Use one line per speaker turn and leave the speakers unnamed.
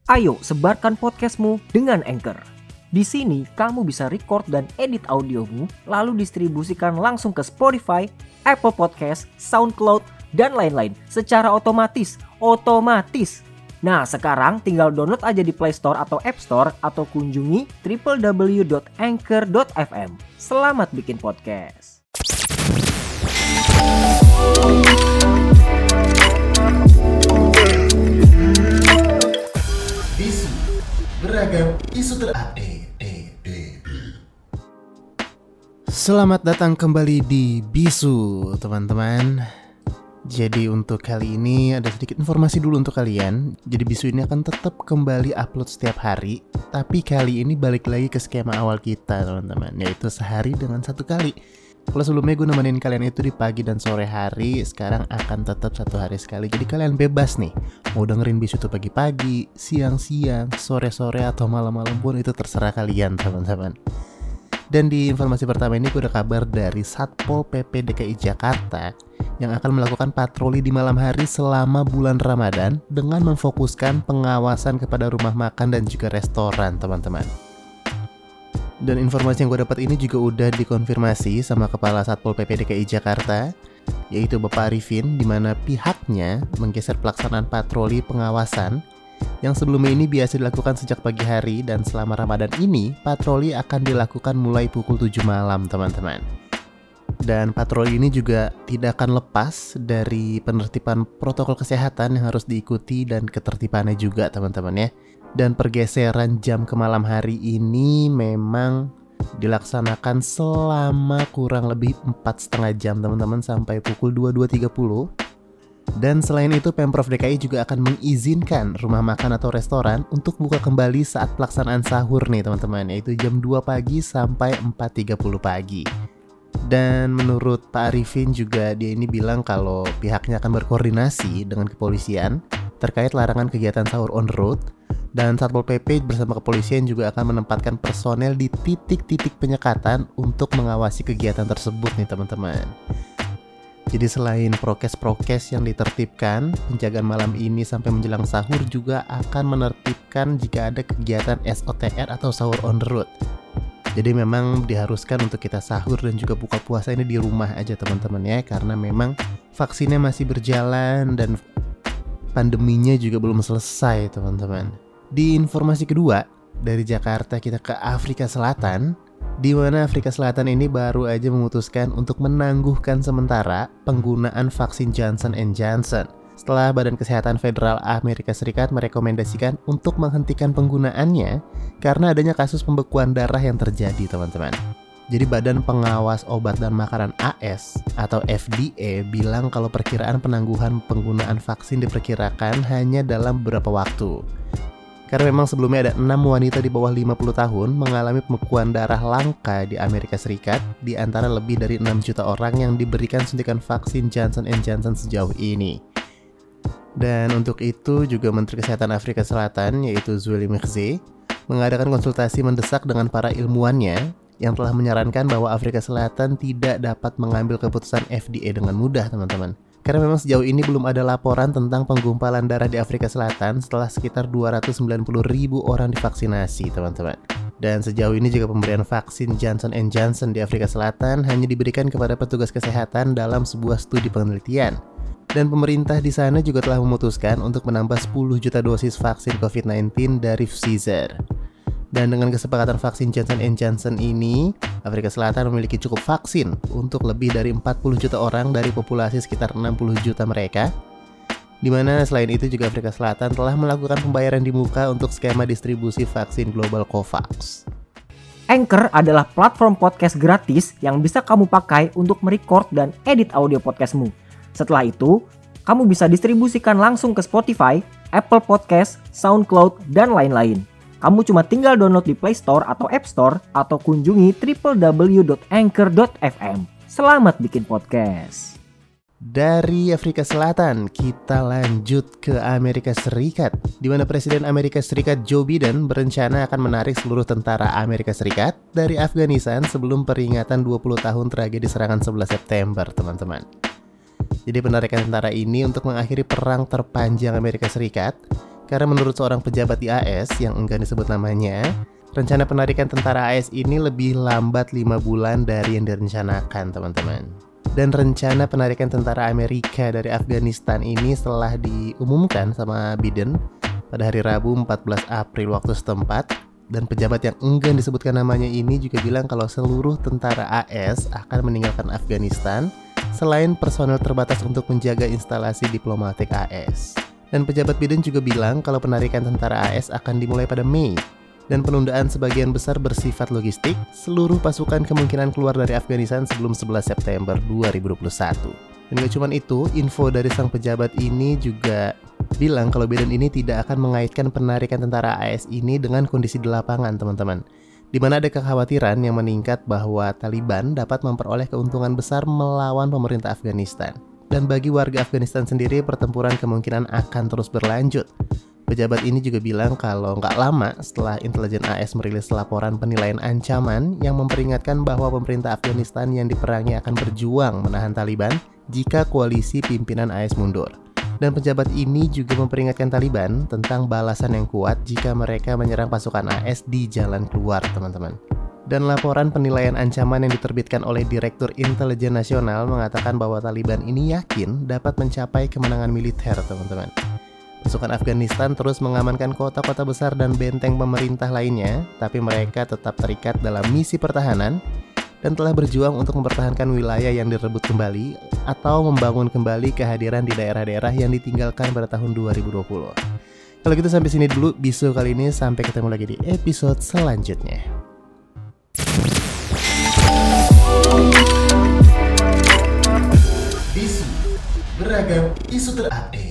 Ayo sebarkan podcastmu dengan Anchor. Di sini kamu bisa record dan edit audiomu, lalu distribusikan langsung ke Spotify, Apple Podcast, SoundCloud, dan lain-lain secara otomatis. Nah, sekarang tinggal download aja di Play Store atau App Store atau kunjungi www.anchor.fm. Selamat bikin podcast.
Bisu, beragam isu terupdate. Selamat datang kembali di Bisu, teman-teman. Jadi untuk kali ini ada sedikit informasi dulu untuk kalian. Jadi Bisu ini akan tetap kembali upload setiap hari, tapi kali ini balik lagi ke skema awal kita, teman-teman, yaitu sehari dengan satu kali. Kalau sebelumnya gue nemenin kalian itu di pagi dan sore hari, sekarang akan tetap satu hari sekali. Jadi kalian bebas nih, mau dengerin Bisu itu pagi-pagi, siang-siang, sore-sore, atau malam-malam pun itu terserah kalian, teman-teman. Dan di informasi pertama ini gue ada kabar dari Satpol PP DKI Jakarta yang akan melakukan patroli di malam hari selama bulan Ramadan dengan memfokuskan pengawasan kepada rumah makan dan juga restoran, teman-teman. Dan informasi yang gue dapat ini juga udah dikonfirmasi sama Kepala Satpol PP DKI Jakarta, yaitu Bapak Arifin, di mana pihaknya menggeser pelaksanaan patroli pengawasan yang sebelumnya ini biasa dilakukan sejak pagi hari, dan selama Ramadan ini patroli akan dilakukan mulai pukul 7 malam, teman-teman. Dan patroli ini juga tidak akan lepas dari penertiban protokol kesehatan yang harus diikuti dan ketertibannya juga, teman-teman ya. Dan pergeseran jam ke malam hari ini memang dilaksanakan selama kurang lebih 4,5 jam, teman-teman, sampai pukul 22.30. Dan selain itu Pemprov DKI juga akan mengizinkan rumah makan atau restoran untuk buka kembali saat pelaksanaan sahur nih, teman-teman, yaitu jam 2 pagi sampai 4.30 pagi. Dan menurut Pak Arifin juga, dia ini bilang kalau pihaknya akan berkoordinasi dengan kepolisian terkait larangan kegiatan sahur on the road. Dan Satpol PP bersama kepolisian juga akan menempatkan personel di titik-titik penyekatan untuk mengawasi kegiatan tersebut nih, teman-teman. Jadi selain prokes-prokes yang ditertibkan, penjagaan malam ini sampai menjelang sahur juga akan menertibkan jika ada kegiatan SOTR atau sahur on the road. Jadi memang diharuskan untuk kita sahur dan juga buka puasa ini di rumah aja, teman-teman ya, karena memang vaksinnya masih berjalan dan pandeminya juga belum selesai, teman-teman. Di informasi kedua, dari Jakarta kita ke Afrika Selatan, di mana Afrika Selatan ini baru aja memutuskan untuk menangguhkan sementara penggunaan vaksin Johnson & Johnson setelah Badan Kesehatan Federal Amerika Serikat merekomendasikan untuk menghentikan penggunaannya karena adanya kasus pembekuan darah yang terjadi, teman-teman. Jadi Badan Pengawas Obat dan Makanan AS atau FDA bilang kalau perkiraan penangguhan penggunaan vaksin diperkirakan hanya dalam beberapa waktu. Karena memang sebelumnya ada 6 wanita di bawah 50 tahun mengalami pembekuan darah langka di Amerika Serikat, di antara lebih dari 6 juta orang yang diberikan suntikan vaksin Johnson & Johnson sejauh ini. Dan untuk itu juga Menteri Kesehatan Afrika Selatan, yaitu Zweli Mkhize, mengadakan konsultasi mendesak dengan para ilmuwannya yang telah menyarankan bahwa Afrika Selatan tidak dapat mengambil keputusan FDA dengan mudah, teman-teman. Karena memang sejauh ini belum ada laporan tentang penggumpalan darah di Afrika Selatan setelah sekitar 290.000 orang divaksinasi, teman-teman. Dan sejauh ini juga pemberian vaksin Johnson & Johnson di Afrika Selatan hanya diberikan kepada petugas kesehatan dalam sebuah studi penelitian. Dan pemerintah di sana juga telah memutuskan untuk menambah 10 juta dosis vaksin COVID-19 dari Pfizer. Dan dengan kesepakatan vaksin Johnson & Johnson ini, Afrika Selatan memiliki cukup vaksin untuk lebih dari 40 juta orang dari populasi sekitar 60 juta mereka. Dimana selain itu juga Afrika Selatan telah melakukan pembayaran di muka untuk skema distribusi vaksin global COVAX.
Anchor adalah platform podcast gratis yang bisa kamu pakai untuk merecord dan edit audio podcastmu. Setelah itu, kamu bisa distribusikan langsung ke Spotify, Apple Podcast, SoundCloud, dan lain-lain. Kamu cuma tinggal download di Play Store atau App Store atau kunjungi www.anchor.fm. Selamat bikin podcast.
Dari Afrika Selatan, kita lanjut ke Amerika Serikat, di mana Presiden Amerika Serikat Joe Biden berencana akan menarik seluruh tentara Amerika Serikat dari Afghanistan sebelum peringatan 20 tahun tragedi serangan 11 September, teman-teman. Jadi penarikan tentara ini untuk mengakhiri perang terpanjang Amerika Serikat Karena menurut seorang pejabat di AS yang enggan disebut namanya, rencana penarikan tentara AS ini lebih lambat 5 bulan dari yang direncanakan, teman-teman. Dan rencana penarikan tentara Amerika dari Afghanistan ini setelah diumumkan sama Biden pada hari Rabu 14 April waktu setempat. Dan pejabat yang enggan disebutkan namanya ini juga bilang kalau seluruh tentara AS akan meninggalkan Afghanistan selain personel terbatas untuk menjaga instalasi diplomatik AS. Dan pejabat Biden juga bilang kalau penarikan tentara AS akan dimulai pada Mei. Dan penundaan sebagian besar bersifat logistik, seluruh pasukan kemungkinan keluar dari Afghanistan sebelum 11 September 2021. Dan gak cuma itu, info dari sang pejabat ini juga bilang kalau Biden ini tidak akan mengaitkan penarikan tentara AS ini dengan kondisi di lapangan, teman-teman. Di mana ada kekhawatiran yang meningkat bahwa Taliban dapat memperoleh keuntungan besar melawan pemerintah Afghanistan. Dan bagi warga Afghanistan sendiri, pertempuran kemungkinan akan terus berlanjut. Pejabat ini juga bilang kalau nggak lama setelah intelijen AS merilis laporan penilaian ancaman yang memperingatkan bahwa pemerintah Afghanistan yang diperangi akan berjuang menahan Taliban jika koalisi pimpinan AS mundur. Dan pejabat ini juga memperingatkan Taliban tentang balasan yang kuat jika mereka menyerang pasukan AS di jalan keluar, teman-teman. Dan laporan penilaian ancaman yang diterbitkan oleh Direktur Intelijen Nasional mengatakan bahwa Taliban ini yakin dapat mencapai kemenangan militer, teman-teman. Pasukan Afghanistan terus mengamankan kota-kota besar dan benteng pemerintah lainnya, tapi mereka tetap terikat dalam misi pertahanan dan telah berjuang untuk mempertahankan wilayah yang direbut kembali atau membangun kembali kehadiran di daerah-daerah yang ditinggalkan pada tahun 2020. Kalau gitu sampai sini dulu Bisu kali ini, sampai ketemu lagi di episode selanjutnya. Bisu, beragam isu terupdate.